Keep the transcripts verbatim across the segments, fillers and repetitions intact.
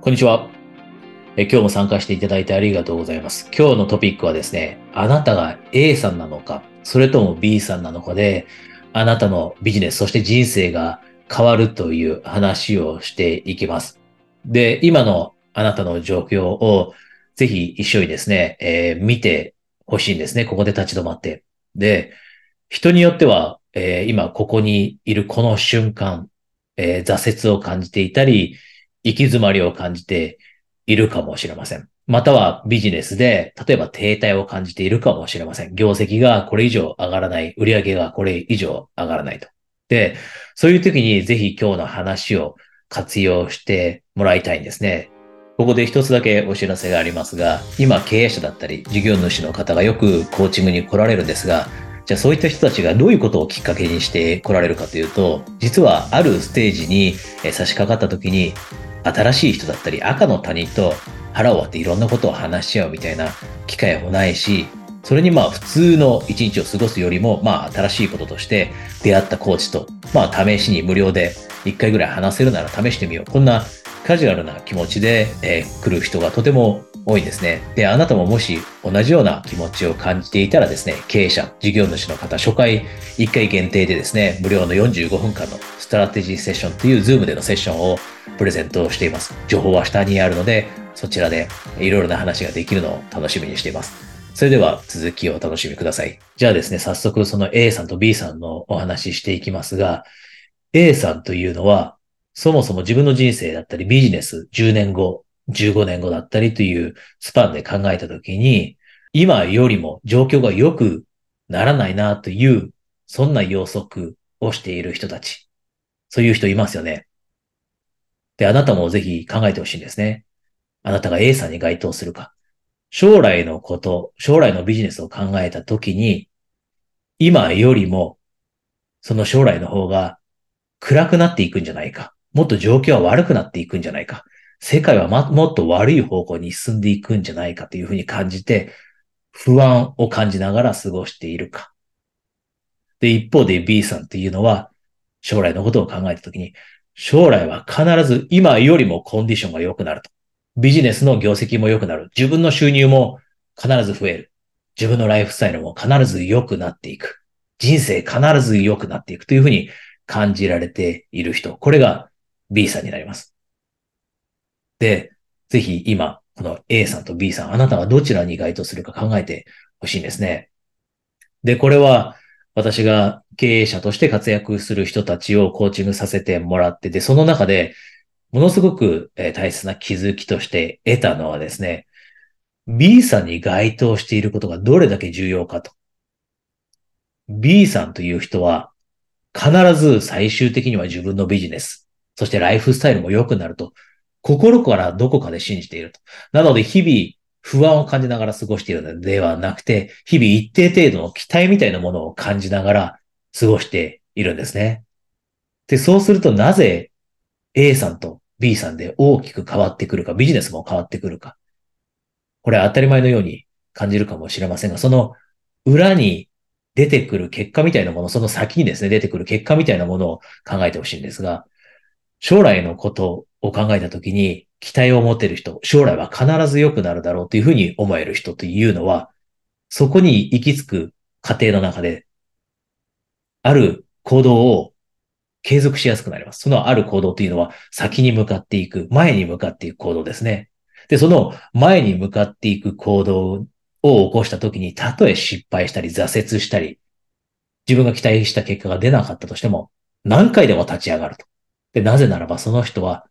こんにちは。え、今日も参加していただいてありがとうございます。今日のトピックはですね、あなたが A さんなのか、それとも B さんなのかで、あなたのビジネス、そして人生が変わるという話をしていきます。で、今のあなたの状況をぜひ一緒にですね、えー見てほしいんですね。ここで立ち止まって。で、人によっては、えー今ここにいるこの瞬間、えー挫折を感じていたり、行き詰まりを感じているかもしれません。またはビジネスで、例えば停滞を感じているかもしれません。業績がこれ以上上がらない、売上がこれ以上上がらないと。で、そういう時にぜひ今日の話を活用してもらいたいんですね。ここで一つだけお知らせがありますが、今経営者だったり事業主の方がよくコーチングに来られるんですが、じゃあそういった人たちがどういうことをきっかけにして来られるかというと、実はあるステージに差し掛かった時に、新しい人だったり赤の他人と腹を割っていろんなことを話し合うみたいな機会もないし、それにまあ普通の一日を過ごすよりも、まあ新しいこととして出会ったコーチと、まあ試しに無料で一回ぐらい話せるなら試してみよう。こんなカジュアルな気持ちで、えー来る人がとても多いんですね。で、あなたももし同じような気持ちを感じていたらですね、経営者、事業主の方、初回いっかい限定でですね、無料のよんじゅうごふんかんのストラテジーセッションという Zoom でのセッションをプレゼントしています。情報は下にあるので、そちらでいろいろな話ができるのを楽しみにしています。それでは続きをお楽しみください。じゃあですね、早速その A さんと B さんのお話ししていきますが、A さんというのは、そもそも自分の人生だったりビジネスじゅうねんご、じゅうごねんごだったりというスパンで考えたときに、今よりも状況が良くならないなという、そんな予測をしている人たち。そういう人いますよね。で、あなたもぜひ考えてほしいんですね。あなたが A さんに該当するか。将来のこと、将来のビジネスを考えたときに、今よりもその将来の方が暗くなっていくんじゃないか。もっと状況は悪くなっていくんじゃないか。世界は、ま、もっと悪い方向に進んでいくんじゃないかというふうに感じて、不安を感じながら過ごしているか。で、一方で B さんっていうのは、将来のことを考えたときに、将来は必ず今よりもコンディションが良くなると。ビジネスの業績も良くなる。自分の収入も必ず増える。自分のライフスタイルも必ず良くなっていく。人生必ず良くなっていくというふうに感じられている人。これが B さんになります。で、ぜひ今、この A さんと B さん、あなたはどちらに該当するか考えてほしいんですね。で、これは私が経営者として活躍する人たちをコーチングさせてもらって、で、その中でものすごくえー大切な気づきとして得たのはですね、B さんに該当していることがどれだけ重要かと。B さんという人は必ず最終的には自分のビジネス、そしてライフスタイルも良くなると、心からどこかで信じていると。なので日々不安を感じながら過ごしているのではなくて、日々一定程度の期待みたいなものを感じながら過ごしているんですね。で、そうするとなぜ A さんと B さんで大きく変わってくるか、ビジネスも変わってくるか。これは当たり前のように感じるかもしれませんが、その裏に出てくる結果みたいなもの、その先にですね、出てくる結果みたいなものを考えてほしいんですが、将来のことを考えたときに期待を持てる人、将来は必ず良くなるだろうというふうに思える人というのは、そこに行き着く過程の中で、ある行動を継続しやすくなります。そのある行動というのは先に向かっていく、前に向かっていく行動ですね。で、その前に向かっていく行動を起こしたときに、たとえ失敗したり挫折したり、自分が期待した結果が出なかったとしても、何回でも立ち上がると。で、なぜならばその人は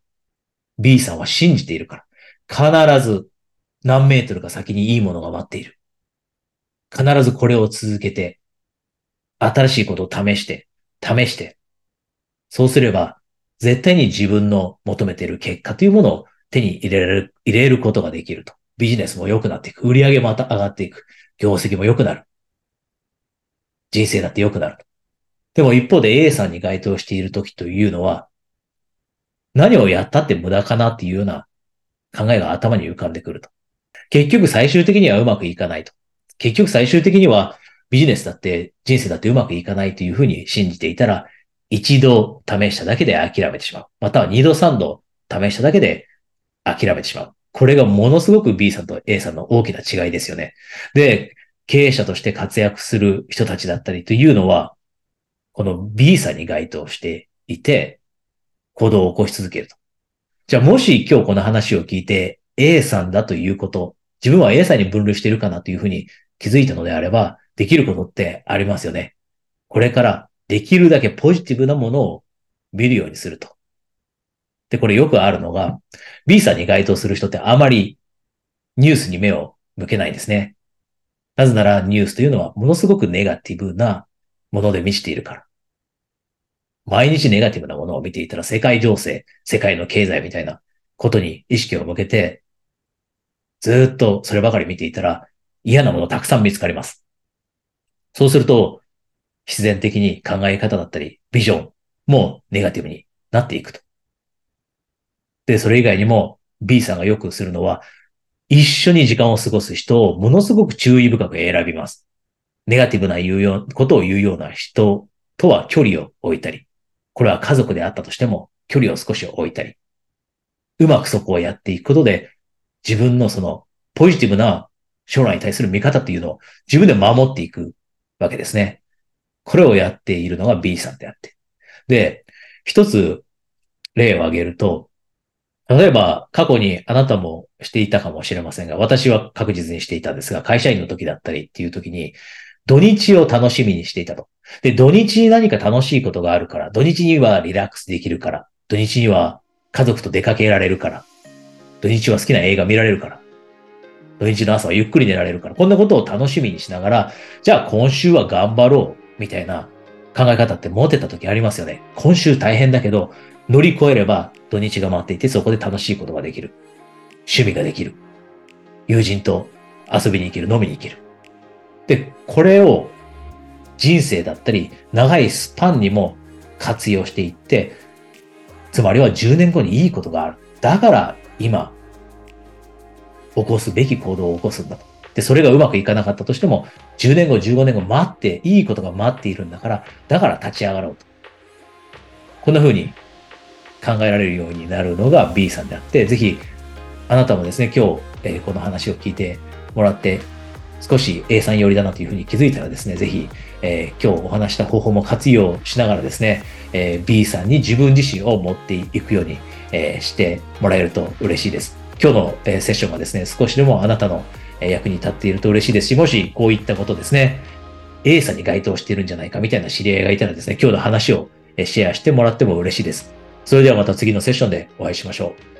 B さんは信じているから。必ず何メートルか先にいいものが待っている。必ずこれを続けて、新しいことを試して、試して、そうすれば、絶対に自分の求めている結果というものを手に入れる、入れることができると。ビジネスも良くなっていく。売り上げも上がっていく。業績も良くなる。人生だって良くなる。でも一方で A さんに該当している時というのは、何をやったって無駄かなっていうような考えが頭に浮かんでくると。結局最終的にはうまくいかないと。結局最終的にはビジネスだって人生だってうまくいかないというふうに信じていたら、一度試しただけで諦めてしまう。または二度三度試しただけで諦めてしまう。これがものすごく B さんと A さんの大きな違いですよね。で、経営者として活躍する人たちだったりというのは、この B さんに該当していて、行動を起こし続けると。じゃあもし今日この話を聞いて A さんだということ、自分は A さんに分類しているかなというふうに気づいたのであれば、できることってありますよね。これからできるだけポジティブなものを見るようにすると。で、これよくあるのが、B さんに該当する人ってあまりニュースに目を向けないんですね。なぜならニュースというのはものすごくネガティブなもので満ちているから。毎日ネガティブなものを見ていたら世界情勢、世界の経済みたいなことに意識を向けて、ずっとそればかり見ていたら嫌なものたくさん見つかります。そうすると、必然的に考え方だったり、ビジョンもネガティブになっていくと。で、それ以外にも B さんがよくするのは、一緒に時間を過ごす人をものすごく注意深く選びます。ネガティブな言うようことを言うような人とは距離を置いたり、これは家族であったとしても距離を少し置いたり、うまくそこをやっていくことで、自分のそのポジティブな将来に対する見方っていうのを自分で守っていくわけですね。これをやっているのが B さんであって。で、一つ例を挙げると、例えば過去にあなたもしていたかもしれませんが、私は確実にしていたんですが、会社員の時だったりっていう時に、土日を楽しみにしていたと。で、土日に何か楽しいことがあるから、土日にはリラックスできるから、土日には家族と出かけられるから、土日は好きな映画見られるから、土日の朝はゆっくり寝られるから、こんなことを楽しみにしながら、じゃあ今週は頑張ろう、みたいな考え方って持てた時ありますよね。今週大変だけど、乗り越えれば土日が待っていて、そこで楽しいことができる。趣味ができる。友人と遊びに行ける、飲みに行ける。で、これを人生だったり、長いスパンにも活用していって、つまりはじゅうねんごにいいことがある。だから今、起こすべき行動を起こすんだと。で、それがうまくいかなかったとしても、じゅうねんご、じゅうごねんご待って、いいことが待っているんだから、だから立ち上がろうと。こんな風に考えられるようになるのが B さんであって、ぜひ、あなたもですね、今日、えーこの話を聞いてもらって、少し A さん寄りだなというふうに気づいたらですね、ぜひ、えー今日お話した方法も活用しながらですね、えー B さんに自分自身を持っていくように、えーしてもらえると嬉しいです。今日の、えーセッションがですね、少しでもあなたのえー役に立っていると嬉しいですし、もしこういったことですね、A さんに該当しているんじゃないかみたいな知り合いがいたらですね、今日の話をえーシェアしてもらっても嬉しいです。それではまた次のセッションでお会いしましょう。